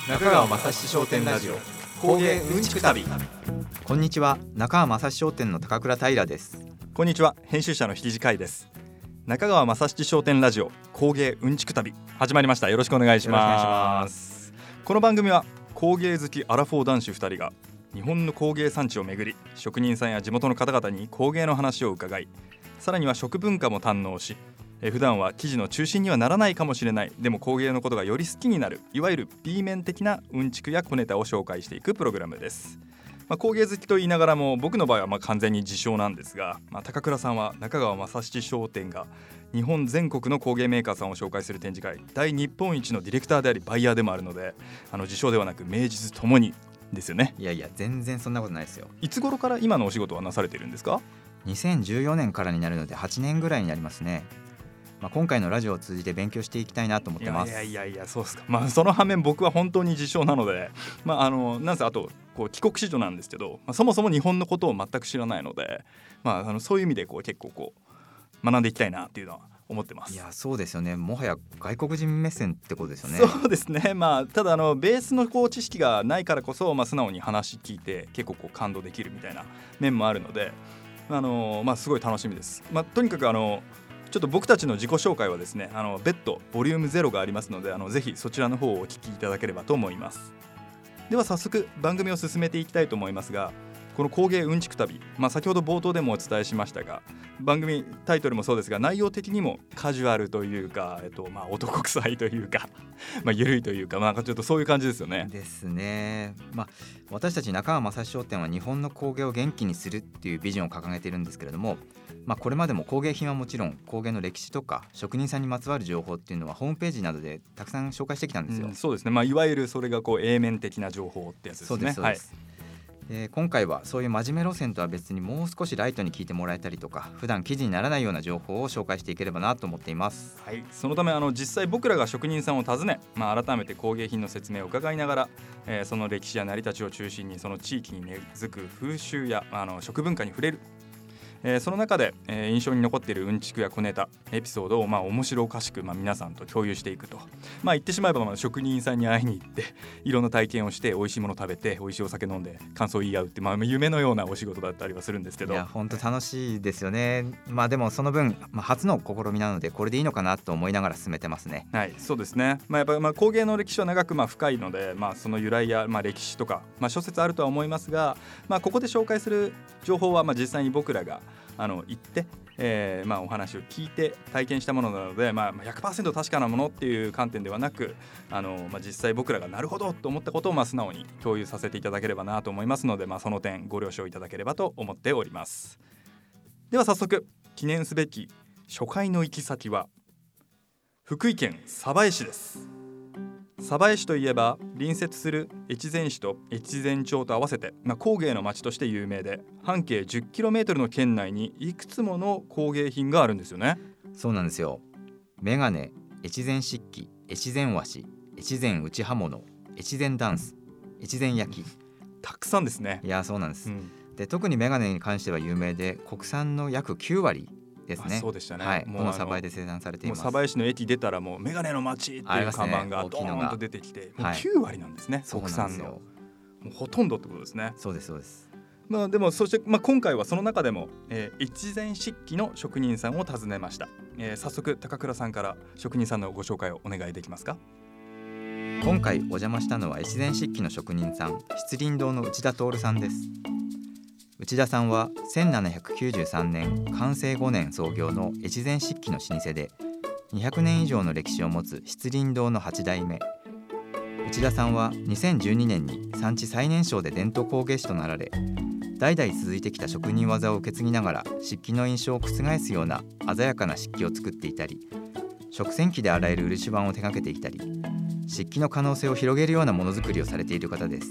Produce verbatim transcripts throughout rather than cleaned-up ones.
中川雅史商店ラジオ工芸うんちく旅。 こんにちは、中川雅史商店の高倉平です。 こんにちは、編集者の引地海です。中川雅史商店ラジオ工芸うんちく旅始まりました。よろしくお願いします。この番組は工芸好きアラフォー男子ふたりが日本の工芸産地を巡り、職人さんや地元の方々に工芸の話を伺い、さらには食文化も堪能し、え普段は記事の中心にはならないかもしれない、でも工芸のことがより好きになる、いわゆる B 面的なうんちくや小ネタを紹介していくプログラムです。まあ、工芸好きと言いながらも僕の場合はまあ完全に自称なんですが、まあ、高倉さんは中川雅史商店が日本全国の工芸メーカーさんを紹介する展示会大日本一のディレクターでありバイヤーでもあるので、あの自称ではなく名実ともにですよね。 いやいや、全然そんなことないですよ。 いつ頃から今のお仕事はなされているんですか？ にせんじゅうよねんからになるのではちねんぐらいになりますね。まあ、今回のラジオを通じて勉強していきたいなと思ってます。 いやいやいやいや、そうですか。まあ、その反面僕は本当に自称なので、まあ、あのなんせあとこう帰国子女なんですけど、まあ、そもそも日本のことを全く知らないので、まあ、あのそういう意味でこう結構こう学んでいきたいなっていうのは思ってます。 いや、そうですよね。もはや外国人目線ってことですよね。 そうですね。まあ、ただあのベースのこう知識がないからこそ、まあ、素直に話聞いて結構こう感動できるみたいな面もあるので、あのまあ、すごい楽しみです。まあ、とにかくあのちょっと僕たちの自己紹介はですね、あの別途ボリュームゼロがありますので、あのぜひそちらの方をお聞きいただければと思います。では早速番組を進めていきたいと思いますが、この工芸うんちく旅、まあ、先ほど冒頭でもお伝えしましたが、番組タイトルもそうですが内容的にもカジュアルというか、えっとまあ、男臭いというかまあ緩いというか、まあ、なんかちょっとそういう感じですよね。 ですね。まあ、私たち中川雅史商店は日本の工芸を元気にするっていうビジョンを掲げているんですけれども、まあ、これまでも工芸品はもちろん工芸の歴史とか職人さんにまつわる情報っていうのはホームページなどでたくさん紹介してきたんですよ。 うん、そうですね。まあ、いわゆるそれがこう A 面的な情報ってやつですね。 そうですそうです、はい。で今回はそういう真面目路線とは別にもう少しライトに聞いてもらえたりとか、普段記事にならないような情報を紹介していければなと思っています。 はい、そのためあの実際僕らが職人さんを訪ね、まあ、改めて工芸品の説明を伺いながら、えー、その歴史や成り立ちを中心にその地域に根付く風習やあの食文化に触れる、えー、その中で、えー、印象に残っているうんちくや小ネタエピソードをまあ面白おかしく、まあ、皆さんと共有していくと、まあ、言ってしまえば、まあ、職人さんに会いに行っていろんな体験をして美味しいものを食べて美味しいお酒飲んで感想を言い合うって、まあ、夢のようなお仕事だったりはするんですけど、 いや本当楽しいですよね。まあでもその分、まあ、初の試みなのでこれでいいのかなと思いながら進めてますね。 はい、そうですね。まあ、やっぱまあ工芸の歴史は長くまあ深いので、まあ、その由来やまあ歴史とか、まあ、諸説あるとは思いますが、まあ、ここで紹介する情報はまあ実際に僕らがあの行って、えーまあ、お話を聞いて体験したものなので、まあ、ひゃくパーセント 確かなものっていう観点ではなく、あの、まあ、実際僕らがなるほどと思ったことをまあ素直に共有させていただければなと思いますので、まあ、その点ご了承いただければと思っております。では早速記念すべき初回の行き先は福井県鯖江市です。鯖江市といえば隣接する越前市と越前町と合わせて、まあ、工芸の町として有名で、半径 じゅっキロメートル の県内にいくつもの工芸品があるんですよね。 そうなんですよ。メガネ、越前漆器、越前和紙、越前打ち刃物、越前ダンス、越前焼き、 たくさんですね。 いやそうなんです、 うん、 で特にメガネに関しては有名で国産の約きゅうわりですね。 そうでしたね、 はい、 もうこの鯖江で生産されています。 もう鯖江市の駅出たらもうメガネの街っていう看板がドーンと出てきて、もうきゅうわりなんですね、はい、国産のもうほとんどってことですね。 そうですそうです。 まあ、でもそして、まあ、今回はその中でも、えー、越前漆器の職人さんを訪ねました。えー、早速高倉さんから職人さんのご紹介をお願いできますか？ 今回お邪魔したのは越前漆器の職人さん、漆林堂の内田徹さんです。内田さんはせんななひゃくきゅうじゅうさんねん寛政ごねん創業の越前漆器の老舗で、にひゃくねん以上の歴史を持つ漆林堂のはちだいめ。内田さんはにせんじゅうにねんに産地最年少で伝統工芸士となられ、代々続いてきた職人技を受け継ぎながら漆器の印象を覆すような鮮やかな漆器を作っていたり、食洗機で洗える漆板を手掛けていたり、漆器の可能性を広げるようなものづくりをされている方です。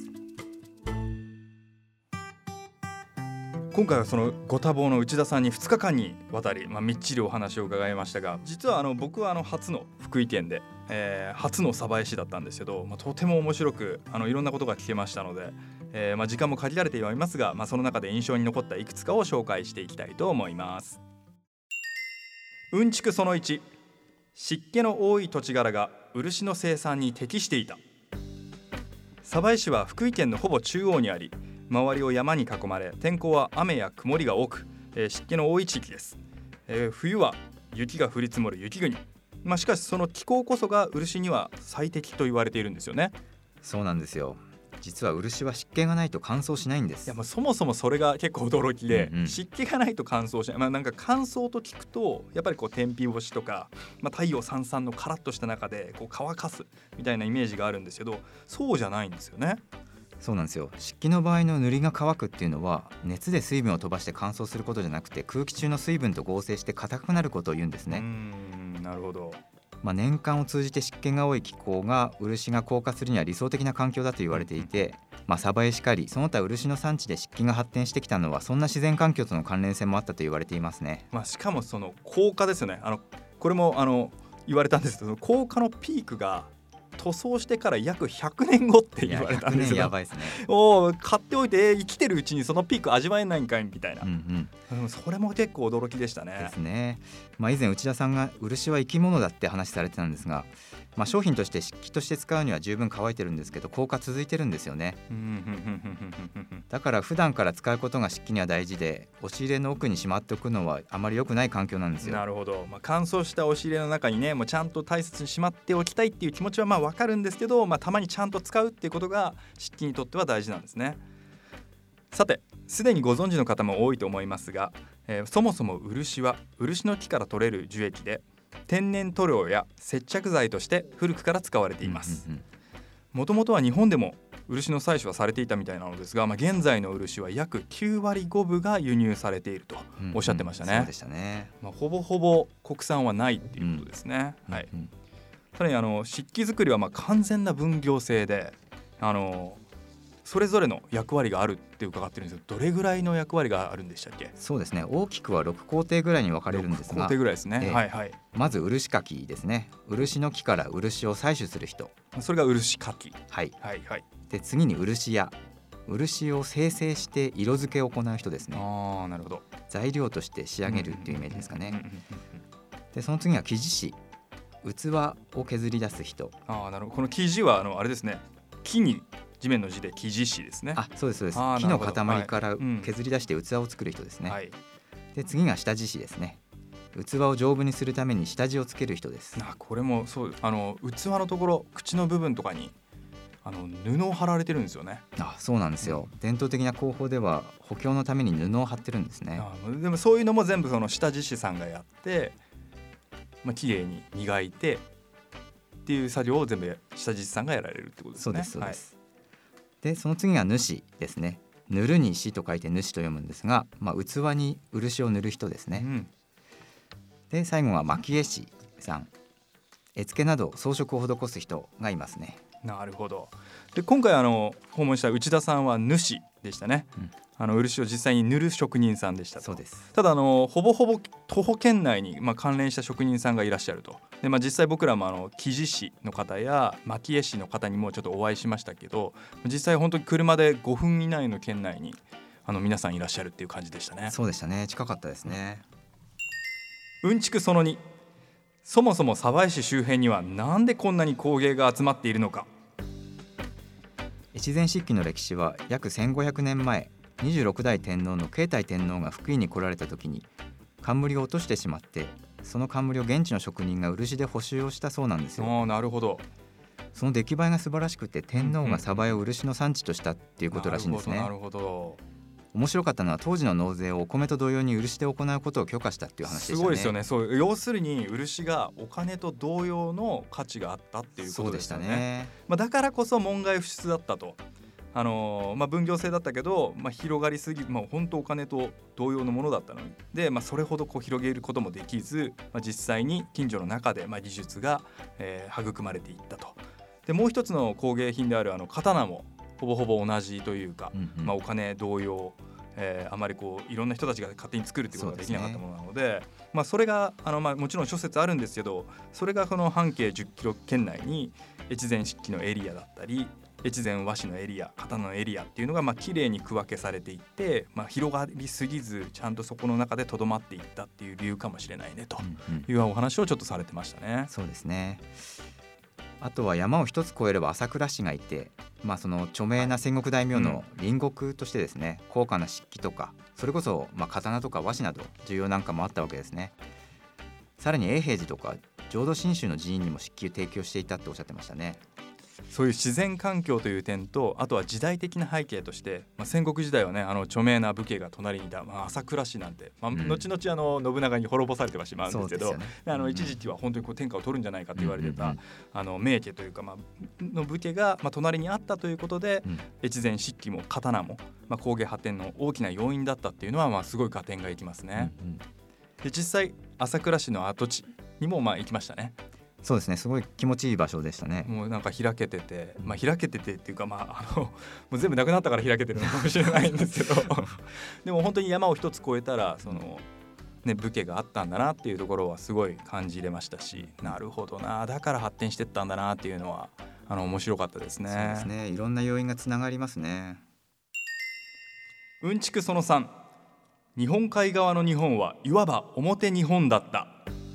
今回はそのご多忙の内田さんにふつかかんにわたり、まあ、みっちりお話を伺いましたが、実はあの僕はあの初の福井県で、えー、初の鯖江市だったんですけど、まあ、とても面白くあのいろんなことが聞けましたので、えーまあ、時間も限られてはいますが、まあ、その中で印象に残ったいくつかを紹介していきたいと思います。うんちくそのいち、湿気の多い土地柄が漆の生産に適していた。 鯖江市は福井県のほぼ中央にあり、周りを山に囲まれ、天候は雨や曇りが多く、えー、湿気の多い地域です。えー、冬は雪が降り積もる雪国、まあ、しかしその気候こそが漆には最適と言われているんですよね。 そうなんですよ。実は漆は湿気がないと乾燥しないんです。 いや、まあ、そもそもそれが結構驚きで、 うんうん、 湿気がないと乾燥しない、まあ、なんか乾燥と聞くとやっぱりこう天日干しとか、まあ、太陽さんさんのカラッとした中でこう乾かすみたいなイメージがあるんですけど、そうじゃないんですよね。 そうなんですよ。湿気の場合の塗りが乾くっていうのは熱で水分を飛ばして乾燥することじゃなくて、空気中の水分と合成して硬くなることを言うんですね。 うーん、なるほど。 まあ、年間を通じて湿気が多い気候が漆が硬化するには理想的な環境だと言われていて、まあ、鯖江しかりその他漆の産地で湿気が発展してきたのはそんな自然環境との関連性もあったと言われていますね。 まあ、しかもその硬化ですよね。あのこれもあの言われたんですけど、硬化のピークが塗装してから約ひゃくねんごって言われたんですよ。 いやひゃくねんやばいですね。 お買っておいて生きてるうちにそのピーク味わえないんかいみたいな、 うんうん、 うん、それも結構驚きでしたね。 ですね。まあ、以前内田さんが漆は生き物だって話されてたんですが、まあ、商品として漆器として使うには十分乾いてるんですけど、効果続いてるんですよね。だから普段から使うことが漆器には大事で、押し入れの奥にしまっておくのはあまり良くない環境なんですよ。 なるほど、まあ、乾燥した押し入れの中にね、もうちゃんと大切にしまっておきたいっていう気持ちはまあ分かるんですけど、まあ、たまにちゃんと使うっていうことが漆器にとっては大事なんですね。さて、すでにご存知の方も多いと思いますが、えー、そもそも漆は漆の木から取れる樹液で、天然塗料や接着剤として古くから使われています。もともとは日本でも漆の採取はされていたみたいなのですが、まあ、現在の漆は約きゅうわりごぶが輸入されているとおっしゃってましたね。 うんうん、そうでしたね。 まあ、ほぼほぼ国産はないっていうことですね。うん、はい。さらにあの漆器作りはまあ完全な分業制で、あのそれぞれの役割があるって伺ってるんですけど、どれぐらいの役割があるんでしたっけ？ そうですね、大きくはろくこうていぐらいに分かれるんですが、 ろくこうていぐらいですね、ええ、はいはい。 まず漆かきですね。漆の木から漆を採取する人、 それが漆かき、 はいはいはい。 で次に漆屋、漆を精製して色付けを行う人ですね。 ああ、なるほど。 材料として仕上げるっていうイメージですかね。でその次は木地師、器を削り出す人。 ああ、なるほど。この木地はあのあれですね、木に地面の字で木地師ですね。 あ、そうですそうです。木の塊から削り出して器を作る人ですね。はい、で次が下地師ですね。器を丈夫にするために下地をつける人です。 あ、これもそう、あの器のところ、口の部分とかにあの布を貼られてるんですよね。 あ、そうなんですよ、うん、伝統的な工法では補強のために布を貼ってるんですね。 あ、でもそういうのも全部その下地師さんがやって、まあ、綺麗に磨いてっていう作業を全部下地師さんがやられるってことですね。 そうですそうです、はい、でその次が主ですね。塗るにしと書いて主と読むんですが、まあ、器に漆を塗る人ですね。うん、で最後は蒔絵師さん、絵付けなど装飾を施す人がいますね。 なるほど。で今回あの訪問した内田さんは主でしたね。うん、あの漆を実際に塗る職人さんでしたと。 そうです。 ただあのほぼほぼ徒歩圏内に、まあ、関連した職人さんがいらっしゃると。で、まあ、実際僕らもあの木地師の方や蒔絵師の方にもちょっとお会いしましたけど、実際本当に車でごふん以内の圏内にあの皆さんいらっしゃるっていう感じでしたね。 そうでしたね、近かったですね。 うんちくそのに、そもそも鯖江市周辺にはなんでこんなに工芸が集まっているのか。 越前漆器の歴史は約せんごひゃくねんまえ、にじゅうろくだい天皇の慶太天皇が福井に来られた時に冠を落としてしまって、その冠を現地の職人が漆で補修をしたそうなんですよ。 ああ、なるほど。 その出来栄えが素晴らしくて、天皇が鯖江を漆の産地としたっていうことらしいんですね。 なるほど、なるほど。 面白かったのは当時の納税をお米と同様に漆で行うことを許可したっていう話でしたね。 すごいですよね。そう、要するに漆がお金と同様の価値があったっていうことですよね。そうでしたね。まあ、だからこそ門外不出だったと。あのーまあ、分業制だったけど、まあ、広がりすぎ、まあ、本当お金と同様のものだったので、まあ、それほどこう広げることもできず、まあ、実際に近所の中でまあ技術が、えー、育まれていったと。でもう一つの工芸品であるあの刀もほぼほぼ同じというか、うんうん、まあ、お金同様、えー、あまりこういろんな人たちが勝手に作るっていうことができなかったものなの で, で、ね、まあ、それがあの、まあ、もちろん諸説あるんですけど、それがこの半径じゅっキロ圏内に越前漆器のエリアだったり越前和紙のエリア、刀のエリアっていうのがまあ綺麗に区分けされていって、まあ、広がりすぎずちゃんとそこの中でとどまっていったっていう理由かもしれないねというお話をちょっとされてましたね。 そうですね。 あとは山を一つ越えれば朝倉氏がいて、まあ、その著名な戦国大名の隣国としてですね、高価な漆器とかそれこそまあ刀とか和紙など重要なんかもあったわけですね。さらに永平寺とか浄土真宗の寺院にも漆器を提供していたっておっしゃってましたね。 そういう自然環境という点と、あとは時代的な背景として、まあ、戦国時代はね、あの著名な武家が隣にいた、まあ、朝倉氏なんて、まあうん、 後々あの信長に滅ぼされてはしまうんですけど、 そうですよね、 あの一時期は本当にこう天下を取るんじゃないかと言われてた、 うんうんうん、 あの名家というか、まあの武家がまあ隣にあったということで、 うん、 越前漆器も刀も、まあ、工芸発展の大きな要因だったっていうのは、まあすごい合点がいきますね。 うんうん、 で実際朝倉氏の跡地にもまあ行きましたね。 そうですね、すごい気持ちいい場所でしたね。 もうなんか開けてて、まあ、開けててっていうか、まあ、あのもう全部なくなったから開けてるのかもしれないんですけどでも本当に山を一つ越えたらその、ね、武家があったんだなっていうところはすごい感じれましたし、なるほどな、だから発展してったんだなっていうのはあの面白かったですね。 そうですね、いろんな要因がつながりますね。 うんちくそのさん、日本海側の日本はいわば表日本だった。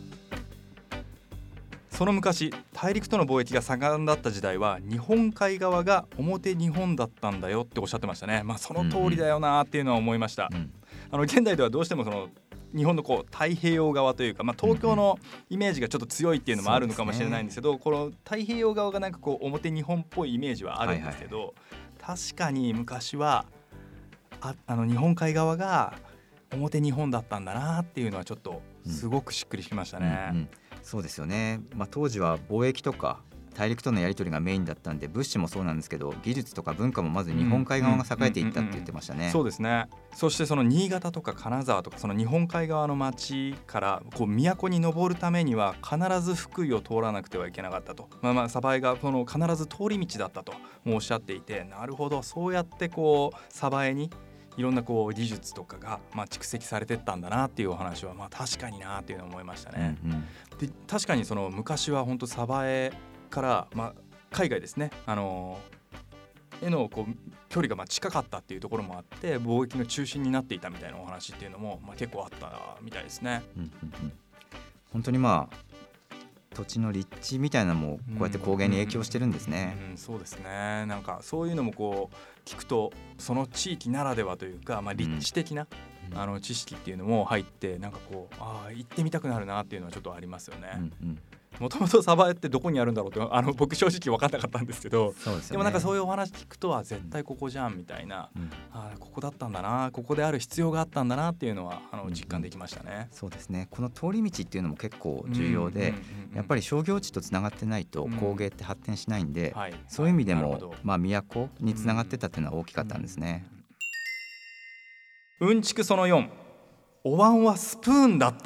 その昔大陸との貿易が盛んだった時代は日本海側が表日本だったんだよっておっしゃってましたね。まあその通りだよなっていうのは思いました、うんうん、あの現代ではどうしてもその日本のこう太平洋側というか、まあ、東京のイメージがちょっと強いっていうのもあるのかもしれないんですけど、この太平洋側がなんかこう表日本っぽいイメージはあるんですけど、はいはいはい、確かに昔は あ, あの日本海側が表日本だったんだなっていうのはちょっとすごくしっくりしましたね、 うんうんうん、そうですよね、まあ、当時は貿易とか大陸とのやり取りがメインだったんで物資もそうなんですけど技術とか文化もまず日本海側が栄えていったって言ってましたね。 そうですね。そしてその新潟とか金沢とかその日本海側の町からこう都に登るためには必ず福井を通らなくてはいけなかったと、まあまあ鯖江がその必ず通り道だったともおっしゃっていて、なるほど、そうやってこう鯖江にいろんなこう技術とかがまあ蓄積されてったんだなっていうお話はまあ確かになっていうのを思いましたね、うんうん、で確かにその昔は本当鯖江からまあ海外ですね、あのー、へのこう距離がまあ近かったっていうところもあって貿易の中心になっていたみたいなお話っていうのもまあ結構あったみたいですね、 うんうんうん、本当にまあ土地の立地みたいなのもこうやって工芸に影響してるんですね、 うんうんうん、そうですね。なんかそういうのもこう聞くとその地域ならではというか、まあ、立地的な、うん、あの知識っていうのも入ってなんかこうああ行ってみたくなるなっていうのはちょっとありますよね、うんうん、もともと鯖江ってどこにあるんだろうってあの僕正直分かんなかったんですけど、 そうですよね、 でもなんかそういうお話聞くとは絶対ここじゃんみたいな、うん、あここだったんだな、ここである必要があったんだなっていうのはあの実感できましたね、うんうん、 そうですね。この通り道っていうのも結構重要で、うんうんうんうん、やっぱり商業地とつながってないと工芸って発展しないんで、うんはい、そういう意味でも、はい、まあ、都につながってたっていうのは大きかったんですね、 うんうん、うんちくそのよん、お椀はスプーンだった。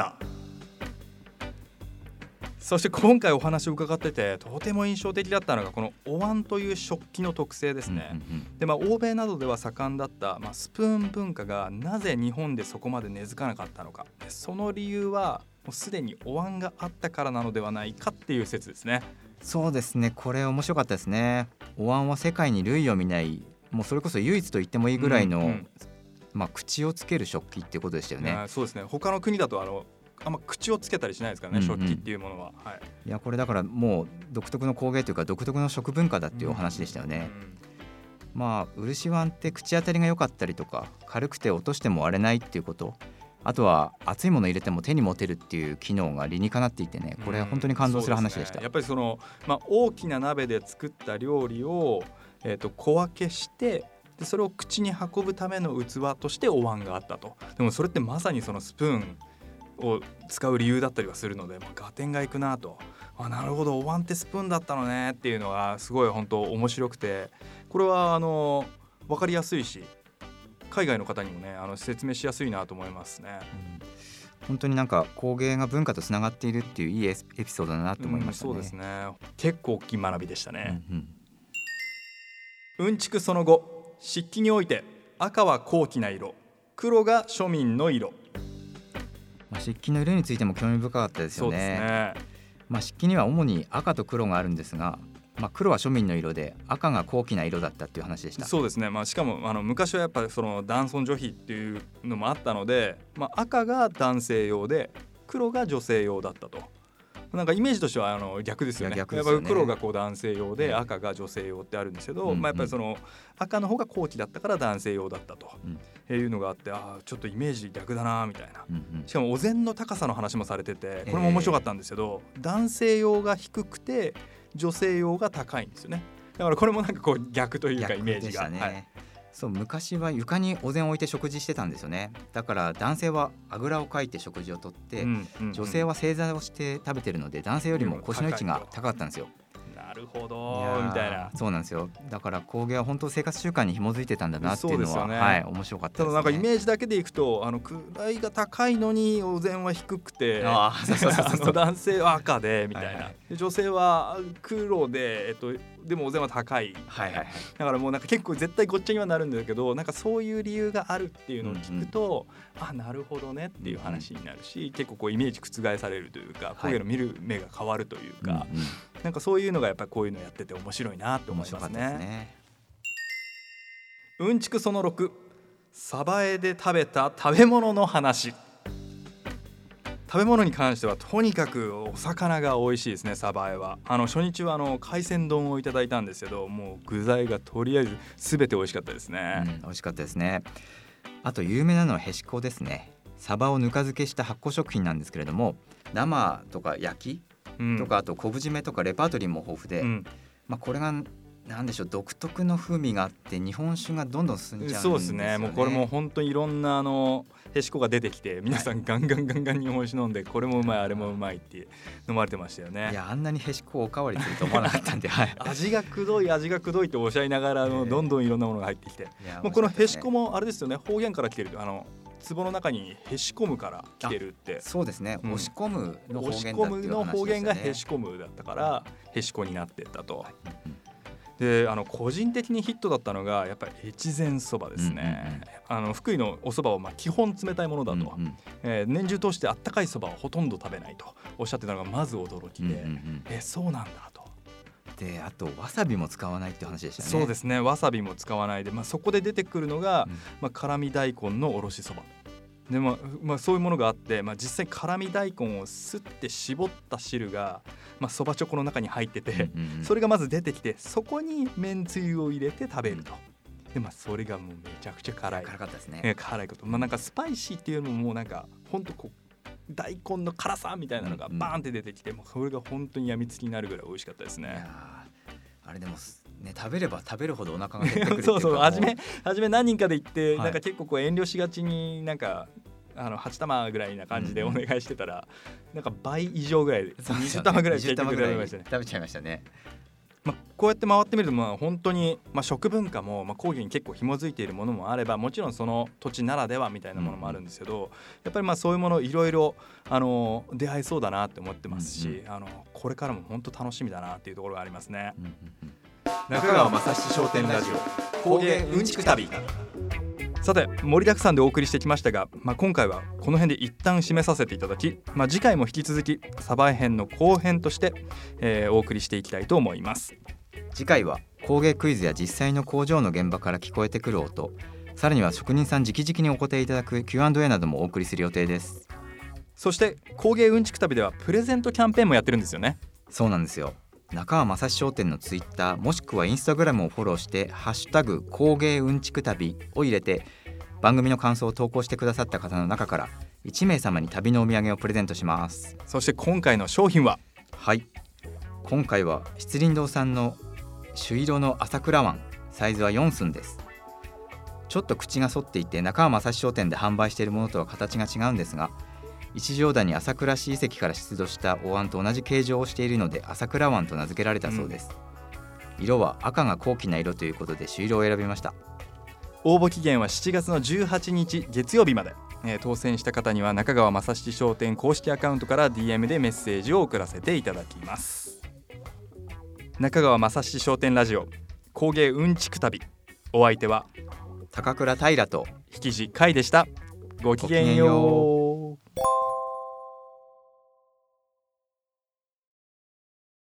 そして今回お話を伺っててとても印象的だったのがこのお椀という食器の特性ですね、うんうんうん、でまあ、欧米などでは盛んだった、まあ、スプーン文化がなぜ日本でそこまで根付かなかったのか、その理由はもうすでにお椀があったからなのではないかっていう説ですね。 そうですね、これ面白かったですね。お椀は世界に類を見ない、もうそれこそ唯一と言ってもいいぐらいの、うんうん、まあ、口をつける食器っていうことでしたよね。 そうですね。他の国だとあのあんま口をつけたりしないですからね、うんうん、食器っていうものは、はい、 いやこれだからもう独特の工芸というか独特の食文化だっていうお話でしたよね、うんうん、まあ漆椀って口当たりが良かったりとか軽くて落としても割れないっていうこと、あとは熱いもの入れても手に持てるっていう機能が理にかなっていてね、これは本当に感動する話でした、 うん、ね、やっぱりその、まあ、大きな鍋で作った料理を、えーと、小分けしてでそれを口に運ぶための器としてお椀があったと。でもそれってまさにそのスプーンを使う理由だったりはするので、まあ、合点がいくなと、あなるほどお椀ってスプーンだったのねっていうのがすごい本当面白くて、これはあの分かりやすいし海外の方にもねあの説明しやすいなと思いますね、 うん、本当になんか工芸が文化とつながっているっていういいエピソードだなと思いましたね、 うん、そうですね。結構大きい学びでしたね、うんうん、うんちくその後、漆器において赤は高貴な色、黒が庶民の色。 まあ、漆器の色についても興味深かったですよね。 そうですね。 まあ、漆器には主に赤と黒があるんですが、まあ、黒は庶民の色で赤が高貴な色だったっていう話でした。 そうですね、まあ、しかもあの昔はやっぱりその男尊女卑っていうのもあったので、まあ、赤が男性用で黒が女性用だったと。 なんかイメージとしてはあの逆ですよね。 逆ですよね。 やっぱり黒がこう男性用で、 ね、 赤が女性用ってあるんですけど、 うんうん、 まあ、やっぱりその赤の方が後期だったから男性用だったと、うん、いうのがあって、あちょっとイメージ逆だなみたいな、うんうん、しかもお膳の高さの話もされてて、これも面白かったんですけど、えー、男性用が低くて女性用が高いんですよね。だからこれもなんかこう逆というかイメージが、 ね、 はい、 そう昔は床にお膳を置いて食事してたんですよね。だから男性はあぐらをかいて食事をとって、うんうんうん、女性は正座をして食べてるので男性よりも腰の位置が高かったんですよ。 なるほどみたいな。 そうなんですよ。だから工芸は本当生活習慣に紐づいてたんだなっていうのは、ね、はい、面白かったですね。 ただなんかイメージだけでいくとあの位が高いのにお膳は低くて、 あそうそうそうそう男性は赤でみたいな、はいはい、女性は黒で、えっと、でもお膳は高い、はいはいはい、だからもうなんか結構絶対ごっちゃにはなるんだけど、なんかそういう理由があるっていうのを聞くと、うんうん、あなるほどねっていう話になるし、うん、結構こうイメージ覆されるというか、工芸の見る目が変わるというか、はい、うんうん、なんかそういうのがやっぱりこういうのやってて面白いなと思いますね。 面白かったですね。 うんちくそのろく、鯖江で食べた食べ物の話。食べ物に関してはとにかくお魚が美味しいですね。鯖江はあの初日はあの海鮮丼をいただいたんですけど、もう具材がとりあえず全て美味しかったですね、 うん、美味しかったですね。あと有名なのはへしこですね。鯖をぬか漬けした発酵食品なんですけれども、生とか焼きとか、うん、あと昆布締めとかレパートリーも豊富で、うん、まあ、これがなんでしょう、独特の風味があって日本酒がどんどん進んじゃうんですよね。 そうですね。もうこれも本当にいろんなあのへしこが出てきて、皆さんガンガンガンガン日本酒飲んで、これもうまいあれもうまいって飲まれてましたよね。 いや、あんなにへしこをおかわりすると思わなかったんで、はい、 味がくどい味がくどいとおっしゃいながらのどんどんいろんなものが入ってきて、もうこのへしこもあれですよね、方言から来てる、あの壺の中にへしこむから来てるって。 そうですね、うん、押し込むの方言だっていう話でしたね。 押し込むの方言がへしこむだったからへしこになってったと、はい、であの個人的にヒットだったのがやっぱり越前そばですね、うんうん、あの福井のおそばはまあ基本冷たいものだと、うんうん、えー、年中通してあったかいそばをほとんど食べないとおっしゃってたのがまず驚きで、うんうんうん、えそうなんだと。 であとわさびも使わないっていう話でしたね。 そうですね、わさびも使わないで、まあ、そこで出てくるのが、うん、まあ、辛味大根のおろしそばで、まあまあ、そういうものがあって、まあ、実際辛味大根をすって絞った汁がまあ、そばチョコの中に入ってて、うんうん、それがまず出てきて、そこにめんつゆを入れて食べると。で、まあ、それがもうめちゃくちゃ辛い辛かったですね、 えー、辛いこと、まあ、なんかスパイシーっていうのももうなんか本当こう大根の辛さみたいなのがバーンって出てきて、うんうん、もうそれが本当にやみつきになるぐらい美味しかったですね。いやあれでもね、食べれば食べるほどお腹が減ってくるっていうかそうそう、初め初め何人かで行って、はい、なんか結構こう遠慮しがちになんかあのはち玉ぐらいな感じでお願いしてたら、うん、なんか倍以上ぐらいでにじゅう玉ぐらい結局食べましたね。 食べちゃいましたね。 まあ、こうやって回ってみると、まあ本当にまあ食文化もまあ工芸に結構紐づいているものもあれば、もちろんその土地ならではみたいなものもあるんですけど、うん、やっぱりまあそういうものいろいろあの出会いそうだなって思ってますし、うんうん、あのこれからも本当楽しみだなっていうところがありますね、うんうんうん、 中川正七商店ラジオ工芸うんちく旅。 さて盛りだくさんでお送りしてきましたが、まあ、今回はこの辺で一旦締めさせていただき、まあ、次回も引き続き鯖江編の後編として、えー、お送りしていきたいと思います。 次回は工芸クイズや実際の工場の現場から聞こえてくる音、さらには職人さん直々にお答えいただく キューアンドエー などもお送りする予定です。 そして工芸うんちく旅ではプレゼントキャンペーンもやってるんですよね。 そうなんですよ。中川正史商店のツイッターもしくはインスタグラムをフォローしてハッシュタグ工芸うんちく旅を入れて番組の感想を投稿してくださった方の中からいち名様に旅のお土産をプレゼントします。 そして今回の商品は、 はい、今回は漆林堂さんの朱色の朝倉湾、サイズはよん寸です。ちょっと口が反っていて中川正史商店で販売しているものとは形が違うんですが、一乗谷朝倉市遺跡から出土したお椀と同じ形状をしているので朝倉湾と名付けられたそうです、うん、色は赤が高貴な色ということで朱色を選びました。 応募期限はしちがつのじゅうはちにち月曜日まで、えー、当選した方には中川正七商店公式アカウントから ディーエム でメッセージを送らせていただきます。中川正七商店ラジオ工芸うんちく旅、お相手は高倉平と引地海でした。ごきげんよう。